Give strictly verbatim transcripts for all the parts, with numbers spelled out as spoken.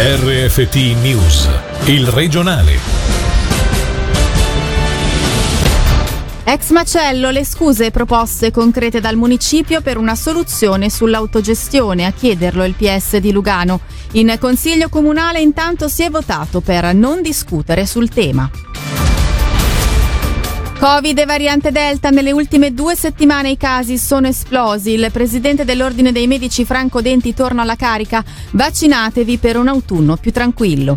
R F T News, il regionale. Ex macello, le scuse e proposte concrete dal municipio per una soluzione sull'autogestione, a chiederlo il P S di Lugano. In Consiglio Comunale intanto si è votato per non discutere sul tema. Covid e variante Delta, nelle ultime due settimane i casi sono esplosi. Il presidente dell'Ordine dei Medici Franco Denti torna alla carica. Vaccinatevi per un autunno più tranquillo.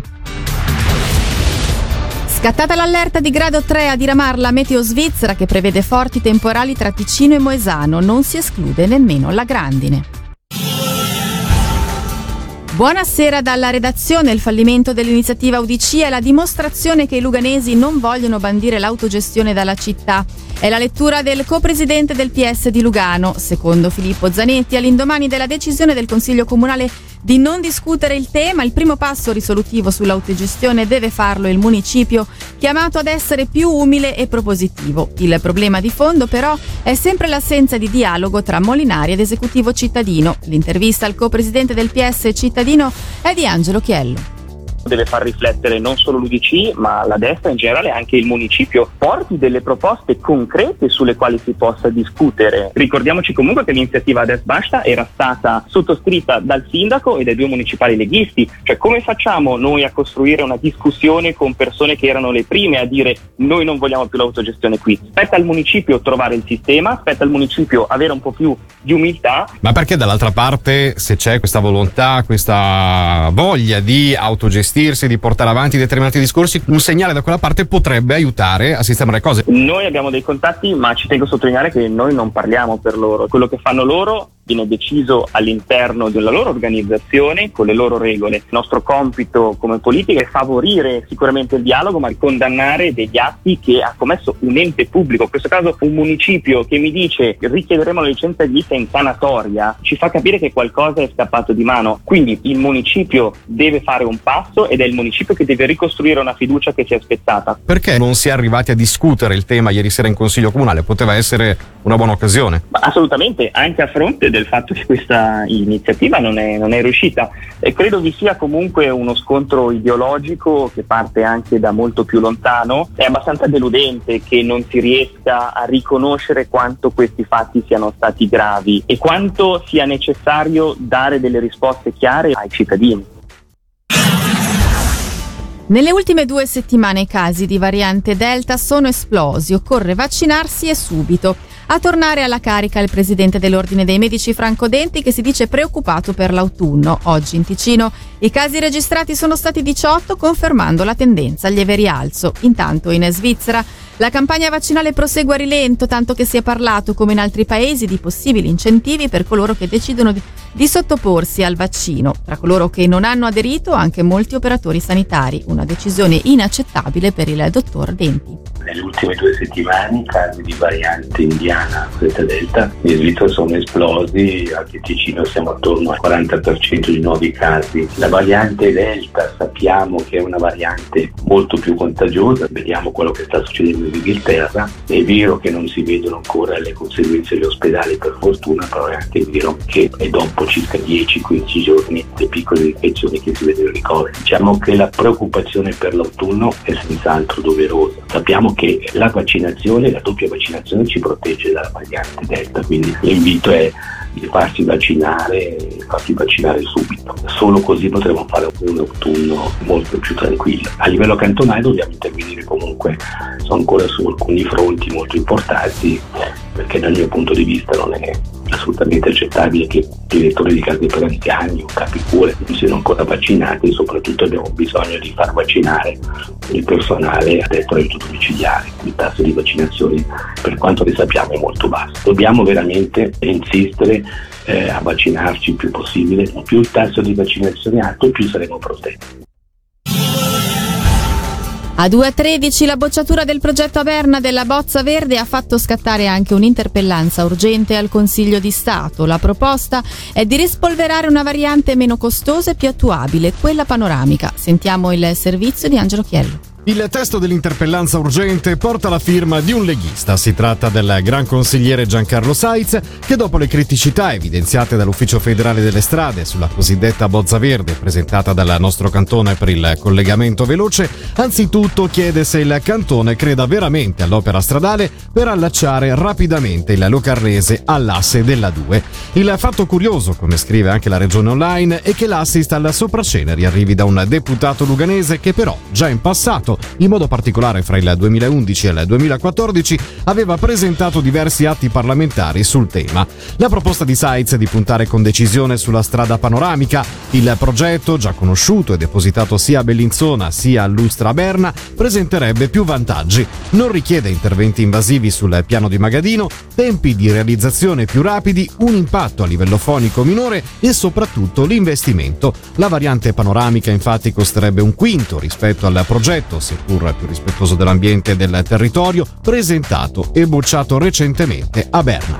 Scattata l'allerta di grado tre a diramarla Meteo Svizzera, che prevede forti temporali tra Ticino e Moesano. Non si esclude nemmeno la grandine. Buonasera dalla redazione. Il fallimento dell'iniziativa U D C è la dimostrazione che i luganesi non vogliono bandire l'autogestione dalla città. È la lettura del copresidente del P S di Lugano. Secondo Filippo Zanetti, all'indomani della decisione del Consiglio Comunale di non discutere il tema, il primo passo risolutivo sull'autogestione deve farlo il municipio, chiamato ad essere più umile e propositivo. Il problema di fondo però è sempre l'assenza di dialogo tra Molinari ed esecutivo cittadino. L'intervista al copresidente del P S cittadino è di Angelo Chiello. Deve far riflettere non solo l'U D C ma la destra in generale, anche il municipio, porti delle proposte concrete sulle quali si possa discutere. Ricordiamoci comunque che l'iniziativa Adesso Basta era stata sottoscritta dal sindaco e dai due municipali leghisti, cioè come facciamo noi a costruire una discussione con persone che erano le prime a dire noi non vogliamo più l'autogestione qui? Spetta al municipio trovare il sistema, spetta al municipio avere un po' più di umiltà. Ma perché dall'altra parte, se c'è questa volontà, questa voglia di autogestione, di portare avanti determinati discorsi, un segnale da quella parte potrebbe aiutare a sistemare le cose. Noi abbiamo dei contatti, ma ci tengo a sottolineare che noi non parliamo per loro. Quello che fanno loro viene deciso all'interno della loro organizzazione con le loro regole. Il nostro compito come politica è favorire sicuramente il dialogo, ma condannare degli atti che ha commesso un ente pubblico, in questo caso un municipio, che mi dice richiederemo la licenza edilizia in sanatoria, ci fa capire che qualcosa è scappato di mano. Quindi il municipio deve fare un passo ed è il municipio che deve ricostruire una fiducia che ci è aspettata. Perché non si è arrivati a discutere il tema ieri sera in Consiglio Comunale? Poteva essere una buona occasione. Ma assolutamente, anche a fronte del fatto che questa iniziativa non è, non è riuscita, e credo vi sia comunque uno scontro ideologico che parte anche da molto più lontano. È abbastanza deludente che non si riesca a riconoscere quanto questi fatti siano stati gravi e quanto sia necessario dare delle risposte chiare ai cittadini. Nelle ultime due settimane i casi di variante Delta sono esplosi, occorre vaccinarsi e subito. A tornare alla carica il presidente dell'Ordine dei Medici Franco Denti, che si dice preoccupato per l'autunno. Oggi in Ticino i casi registrati sono stati diciotto, confermando la tendenza al lieve rialzo. Intanto in Svizzera la campagna vaccinale prosegue a rilento, tanto che si è parlato, come in altri paesi, di possibili incentivi per coloro che decidono di, di sottoporsi al vaccino. Tra coloro che non hanno aderito anche molti operatori sanitari, una decisione inaccettabile per il dottor Denti. Nelle ultime due settimane i casi di variante indiana, questa Delta, in Svizzera sono esplosi, anche in Ticino siamo attorno al quaranta per cento di nuovi casi. La variante Delta sappiamo che è una variante molto più contagiosa, vediamo quello che sta succedendo in Inghilterra. È vero che non si vedono ancora le conseguenze degli ospedali, per fortuna, però è anche vero che è dopo circa dieci quindici giorni le piccole infezioni che si vedono i ricoveri. Diciamo che la preoccupazione per l'autunno è senz'altro doverosa. Sappiamo che la vaccinazione, la doppia vaccinazione ci protegge dalla variante Delta, quindi l'invito è di farsi vaccinare e farsi vaccinare subito. Solo così potremo fare un autunno molto più tranquillo. A livello cantonale dobbiamo intervenire comunque sono ancora su alcuni fronti molto importanti, perché dal mio punto di vista non è assolutamente accettabile che direttori di case per anziani o capi cure non siano ancora vaccinati, e soprattutto abbiamo bisogno di far vaccinare il personale addetto all'aiuto domiciliare. Il tasso di vaccinazione, per quanto ne sappiamo, è molto basso. Dobbiamo veramente insistere eh, a vaccinarci il più possibile. Più il tasso di vaccinazione è alto, più saremo protetti. A due e tredici la bocciatura del progetto Averna della Bozza Verde ha fatto scattare anche un'interpellanza urgente al Consiglio di Stato. La proposta è di rispolverare una variante meno costosa e più attuabile, quella panoramica. Sentiamo il servizio di Angelo Chiello. Il testo dell'interpellanza urgente porta la firma di un leghista. Si tratta del gran consigliere Giancarlo Saiz, che dopo le criticità evidenziate dall'Ufficio Federale delle Strade sulla cosiddetta bozza verde presentata dal nostro cantone per il collegamento veloce, anzitutto chiede se il cantone creda veramente all'opera stradale per allacciare rapidamente il Locarrese all'asse della due. Il fatto curioso, come scrive anche la Regione Online, è che l'assist al Sopraceneri arrivi da un deputato luganese che però già in passato, in modo particolare fra il duemilaundici e il duemilaquattordici, aveva presentato diversi atti parlamentari sul tema. La proposta di Saiz è di puntare con decisione sulla strada panoramica. Il progetto, già conosciuto e depositato sia a Bellinzona sia a Lustra Berna, presenterebbe più vantaggi. Non richiede interventi invasivi sul piano di Magadino, tempi di realizzazione più rapidi, un impatto a livello fonico minore e soprattutto l'investimento. La variante panoramica infatti costerebbe un quinto rispetto al progetto, seppur più rispettoso dell'ambiente e del territorio, presentato e bocciato recentemente a Berna.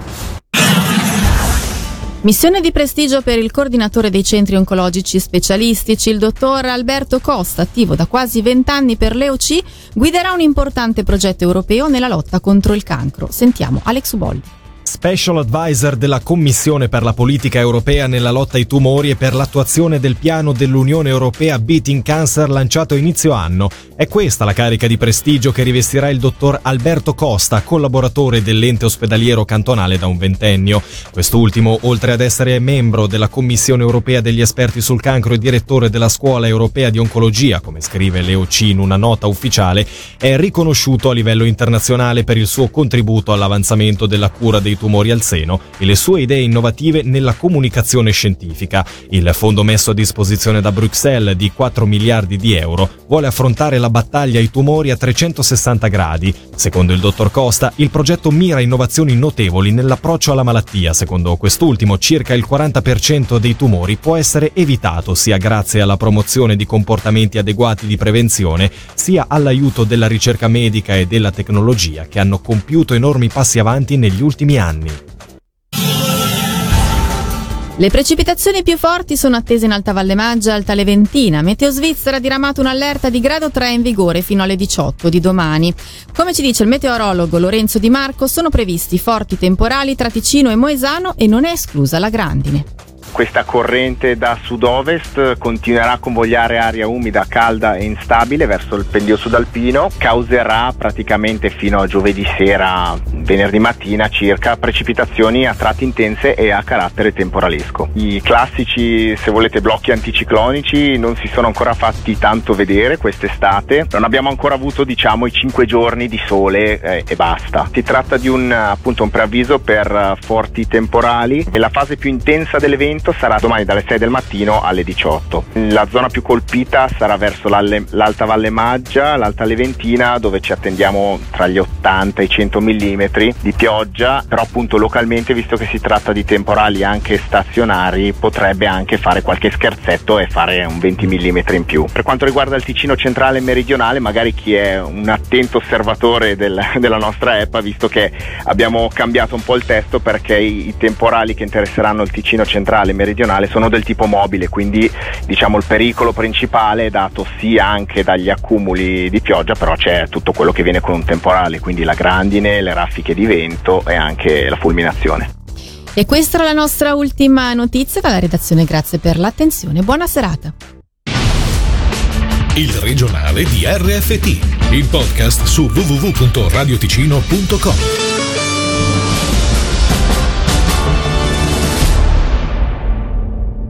Missione di prestigio per il coordinatore dei centri oncologici specialistici, il dottor Alberto Costa, attivo da quasi vent'anni per l'E O C, guiderà un importante progetto europeo nella lotta contro il cancro. Sentiamo Alex Uboldi. Special Advisor della Commissione per la politica europea nella lotta ai tumori e per l'attuazione del piano dell'Unione Europea Beating Cancer lanciato a inizio anno. È questa la carica di prestigio che rivestirà il dottor Alberto Costa, collaboratore dell'ente ospedaliero cantonale da un ventennio. Quest'ultimo, oltre ad essere membro della Commissione Europea degli esperti sul cancro e direttore della Scuola Europea di Oncologia, come scrive l'E O C in una nota ufficiale, è riconosciuto a livello internazionale per il suo contributo all'avanzamento della cura dei tumori al seno e le sue idee innovative nella comunicazione scientifica. Il fondo messo a disposizione da Bruxelles di quattro miliardi di euro vuole affrontare la battaglia ai tumori a trecentosessanta gradi. Secondo il dottor Costa, il progetto mira innovazioni notevoli nell'approccio alla malattia. Secondo quest'ultimo, circa il quaranta per cento dei tumori può essere evitato sia grazie alla promozione di comportamenti adeguati di prevenzione, sia all'aiuto della ricerca medica e della tecnologia che hanno compiuto enormi passi avanti negli ultimi anni. Le precipitazioni più forti sono attese in Alta Valle Maggia e Alta Leventina. Meteo Svizzera ha diramato un'allerta di grado tre in vigore fino alle diciotto di domani. Come ci dice il meteorologo Lorenzo Di Marco, sono previsti forti temporali tra Ticino e Moesano e non è esclusa la grandine. Questa corrente da sud-ovest continuerà a convogliare aria umida, calda e instabile verso il pendio sudalpino, causerà praticamente fino a giovedì sera, venerdì mattina circa, precipitazioni a tratti intense e a carattere temporalesco. I classici, se volete, blocchi anticiclonici non si sono ancora fatti tanto vedere quest'estate, non abbiamo ancora avuto, diciamo, i cinque giorni di sole eh, e basta. Si tratta di un, appunto, un preavviso per forti temporali e la fase più intensa dell'evento sarà domani dalle sei del mattino alle diciotto. La zona più colpita sarà verso l'Alta Valle Maggia, l'Alta Leventina, dove ci attendiamo tra gli ottanta e i cento millimetri di pioggia, però appunto localmente, visto che si tratta di temporali anche stazionari, potrebbe anche fare qualche scherzetto e fare un venti millimetri in più. Per quanto riguarda il Ticino centrale e meridionale, magari chi è un attento osservatore del, della nostra E P A, visto che abbiamo cambiato un po' il testo, perché i, i temporali che interesseranno il Ticino centrale meridionale sono del tipo mobile, quindi diciamo il pericolo principale è dato sia anche dagli accumuli di pioggia, però c'è tutto quello che viene con un temporale, quindi la grandine, le raffiche di vento e anche la fulminazione. E questa era la nostra ultima notizia dalla redazione, grazie per l'attenzione, buona serata. Il regionale di R F T, il podcast su w w w punto radioticino punto com.